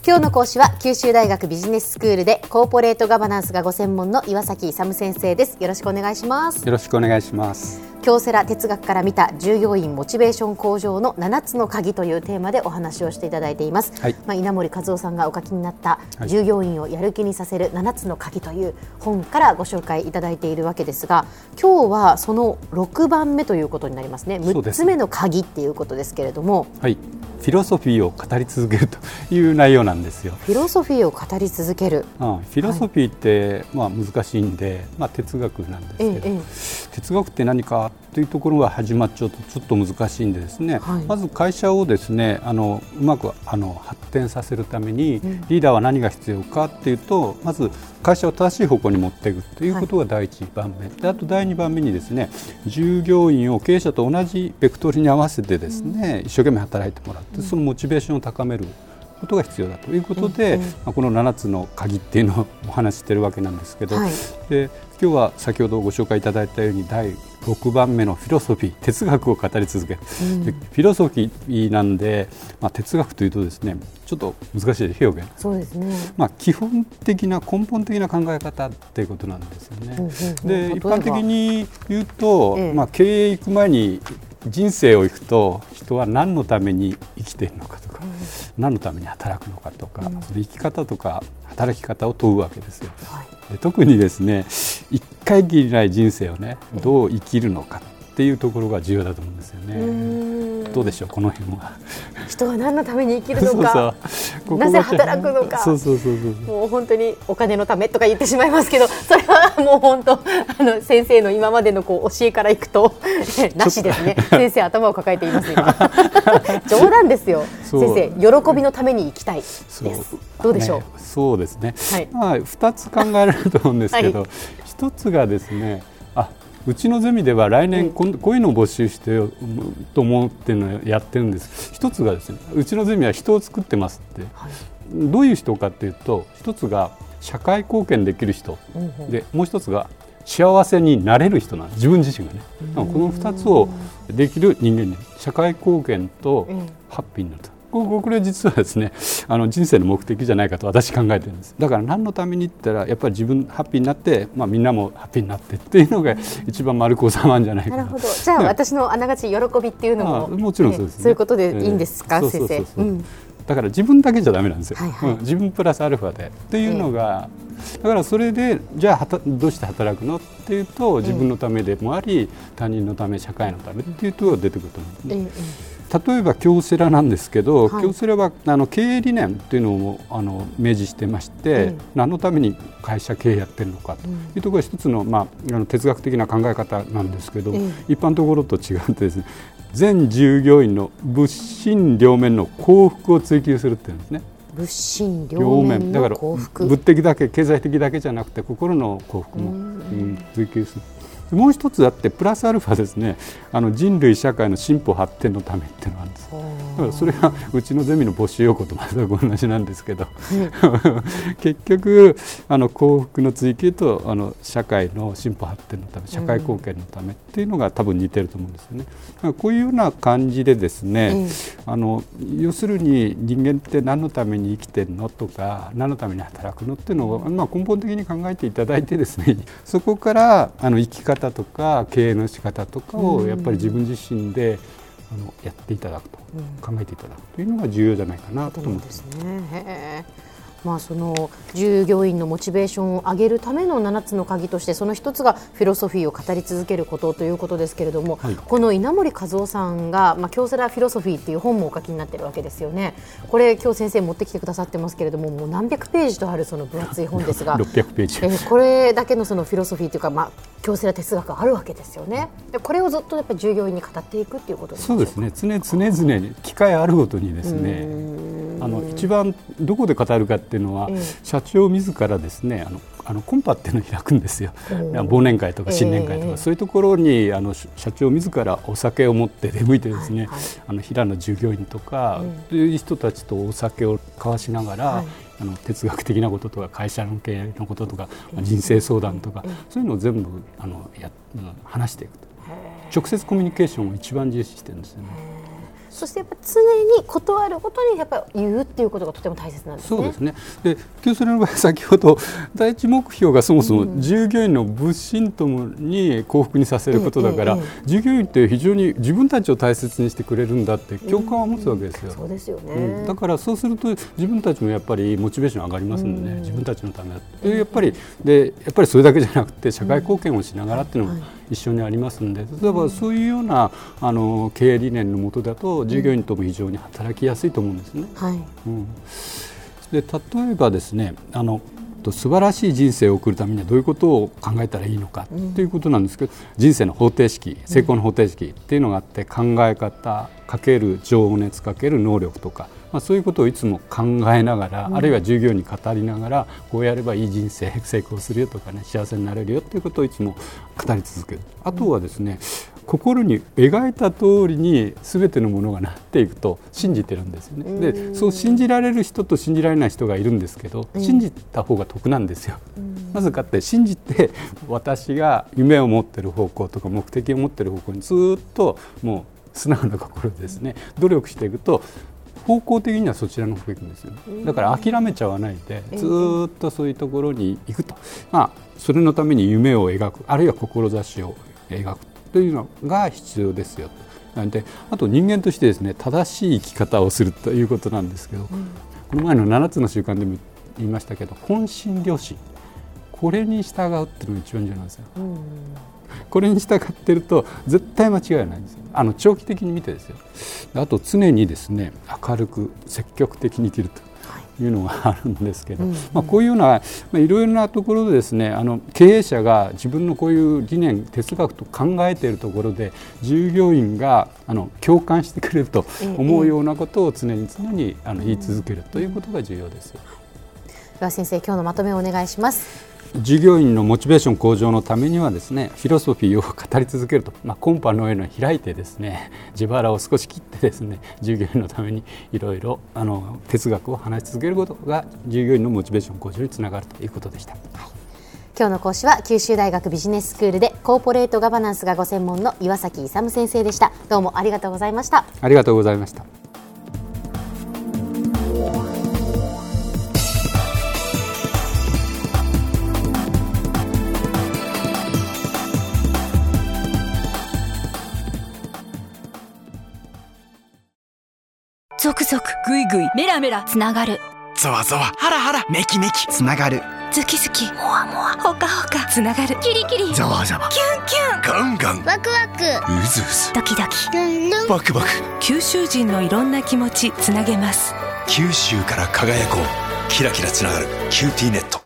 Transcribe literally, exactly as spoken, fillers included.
今日の講師は九州大学ビジネススクールでコーポレートガバナンスがご専門の岩崎勇先生です。よろしくお願いします。 よろしくお願いします。 京セラ哲学から見た従業員モチベーション向上のななつの鍵というテーマでお話をしていただいています、はい。まあ、稲森和夫さんがお書きになった従業員をやる気にさせるななつの鍵という本からご紹介いただいているわけですが、今日はそのろくばんめということになりますね。むっつめの鍵っていうことですけれども、 はい、フィロソフィーを語り続けるという内容なんですよ。 フィロソフィーを語り続ける、 うん、フィロソフィーって、はい、まあ、難しいんで、まあ、哲学なんですけど、ええ、哲学って何かというところが始まっちゃうとちょっと難しいんでですね、はい、まず会社をですねあのうまくあの発展させるために、うん、リーダーは何が必要かというと、まず会社を正しい方向に持っていくということが第一番目、はい、であとだいにばんめにですね従業員を経営者と同じベクトルに合わせてですね、うん、一生懸命働いてもらって、そのモチベーションを高めることが必要だということで、うんうん、まあ、このななつの鍵っていうのをお話ししているわけなんですけど、はい、で今日は先ほどご紹介いただいたようにだいろくばんめのフィロソフィー、哲学を語り続ける、うん、でフィロソフィーなんで、まあ、哲学というとですねちょっと難しい表現、 そうですね、 まあ、基本的な根本的な考え方ということなんですよね、うんうんうん、で一般的に言うと、ええ、まあ、経営行く前に人生を行くと人は何のために生きているのかとか、うん、何のために働くのかとか、うん、その生き方とか働き方を問うわけですよ、はい、で特にですね一回きりない人生をねどう生きるのかっていうところが重要だと思うんですよね。うーん、どうでしょう、この辺は。 人は何のために生きるのか、そうそう、なぜ働くのか、そうそうそうそう、もう本当にお金のためとか言ってしまいますけど、それはもう本当あの先生の今までのこう教えからいくとなしですね。先生頭を抱えています今冗談ですよ。先生、喜びのために生きたいです。どうでしょう。 ね、そうですね、はい、まあ、ふたつ考えられると思うんですけど、はい、ひとつがですね、あ、うちのゼミでは来年こういうのを募集してよと思ってのやってるんです。一つがですね、うちのゼミは人を作ってますって、はい、どういう人かっていうと、一つが社会貢献できる人、うんうん、でもう一つが幸せになれる人なんです、自分自身がね。このふたつをできる人間に、社会貢献とハッピーになると、これ実はですねあの人生の目的じゃないかと私考えてるんです。だから何のためにって言ったらやっぱり自分ハッピーになって、まあ、みんなもハッピーになってっていうのが一番丸く収まるんじゃないかな。 なるほど。じゃあ私のあながち喜びっていうのも、 ああ、もちろんそうですね、 そういうことでいいんですか、えー、先生。 だから自分だけじゃダメなんですよ、はいはい、うん、自分プラスアルファでっていうのが、えー、だからそれでじゃあはたどうして働くのっていうと、自分のためでもあり他人のため社会のためっていうと出てくると思うんですね、えー例えば京セラなんですけど、はい、京セラはあの経営理念というのをあの明示してまして、うん、何のために会社経営やってるのかというところが一つの、まあ、あの哲学的な考え方なんですけど、うん、一般のところと違ってですね、全従業員の物心両面の幸福を追求するっていうんですね。 物心両面の幸福、 だから物的だけ経済的だけじゃなくて心の幸福も、うん、追求する。もう一つあってプラスアルファですね、あの人類社会の進歩発展のためっていうのがあるんです。だからそれがうちのゼミの募集要項と全く同じなんですけど、うん、結局あの幸福の追求とあの社会の進歩発展のため、社会貢献のためっていうのが多分似てると思うんですよね。だからこういうような感じでですね、うん、あの要するに人間って何のために生きてるのとか何のために働くのっていうのを、まあ、根本的に考えていただいてですね、そこからあの生き方とか経営の仕方とかをやっぱり自分自身であのやっていただくと、考えていただくというのが重要じゃないかなと思うんですね。 まあ、その従業員のモチベーションを上げるためのななつの鍵としてその一つがフィロソフィーを語り続けることということですけれども、はい、この稲森和夫さんが、まあ、京セラフィロソフィーっていう本もお書きになっているわけですよね。これ今日先生持ってきてくださってますけれども、もう何百ページとあるその分厚い本ですがろっぴゃくページ、 えー、これだけのそのフィロソフィーというか、まあ、京セラ哲学があるわけですよね。でこれをずっとやっぱり従業員に語っていくっていうことですか。 そうですね、常々常々機会あるごとにですね、あの一番どこで語るかっていうのは、えー社長自らですね、あのあのコンパっていうのを開くんですよ。忘年会とか新年会とか、えー、そういうところにあの社長自らお酒を持って出向いてですね、はいはい、あの平の従業員とか、うん、という人たちとお酒を交わしながら、はい、あの哲学的なこととか会社の経営のこととか、まあ、人生相談とか、うん、そういうのを全部あのや話していくと。直接コミュニケーションを一番重視してるんですよね。 そしてやっぱ常に断ることにやっぱり言うっていうことがとても大切なんですね。 そうですね。で、旧ソ連の場合、先ほど第一目標がそもそも従業員の物心ともに幸福にさせることだから、うん、従業員って非常に自分たちを大切にしてくれるんだって共感を持つわけですよ。うん、 そうですよね。 うん、だからそうすると自分たちもやっぱりモチベーション上がりますんでね、うん、自分たちのためだって、うん、やっぱりでやっぱりそれだけじゃなくて社会貢献をしながらっていうのも一緒にありますんで、例えばそういうようなあの経営理念のもとだと従業員とも非常に働きやすいと思うんですね。はい。うん、で例えばですね、あの素晴らしい人生を送るためにはどういうことを考えたらいいのかということなんですけど、人生の方程式、成功の方程式っていうのがあって、考え方かける情熱かける能力とか、まあ、そういうことをいつも考えながら、あるいは従業員に語りながら、こうやればいい人生成功するよとかね、幸せになれるよということをいつも語り続ける。あとはですね、心に描いた通りに全てのものがなっていくと信じてるんですよね。で、そう信じられる人と信じられない人がいるんですけど、信じた方が得なんですよ。なぜかって信じて、私が夢を持ってる方向とか目的を持ってる方向にずっともう素直な心でですね、努力していくと方向的にはそちらの方向に行くんですよ。だから諦めちゃわないでずっとそういうところに行くと、まあ、それのために夢を描く、あるいは志を描くというのが必要ですよ。で、あと人間としてですね、正しい生き方をするということなんですけど、うん、この前のななつの習慣でも言いましたけど、本心良心、これに従うっていうのが一番重要なんですよ。うん、これに従ってると絶対間違いないんですよ。あの長期的に見てですよ。あと常にですね、明るく積極的に生きるというのがあるんですけど、うんうん、まあ、こういうような、まあ、いろいろなところでですね、あの経営者が自分のこういう理念哲学と考えているところで従業員があの共感してくれると思うようなことを常に常にあの言い続けるということが重要です。 では先生、今日のまとめをお願いします。 従業員のモチベーション向上のためにはですね、フィロソフィーを語り続けると、まあ、コンパの上の開いてですね、自腹を少し切ってですね、従業員のためにいろいろあの哲学を話し続けることが従業員のモチベーション向上につながるということでした。はい、 今日の講師は九州大学ビジネススクールでコーポレートガバナンスがご専門の岩崎勇先生でした。どうもありがとうございました。 ありがとうございました。 ゾクゾクグイグイメラメラつながる、 ゾワゾワハラハラメキメキつながる、 ズキズキモワモワホカホカつながる、キリキリザワザワキュンキュンガンガンワクワクウズウズドキドキルンルンバクバク、 九州人のいろんな気持ちつなげます。 九州から輝こう、キラキラつながるキューティーネット。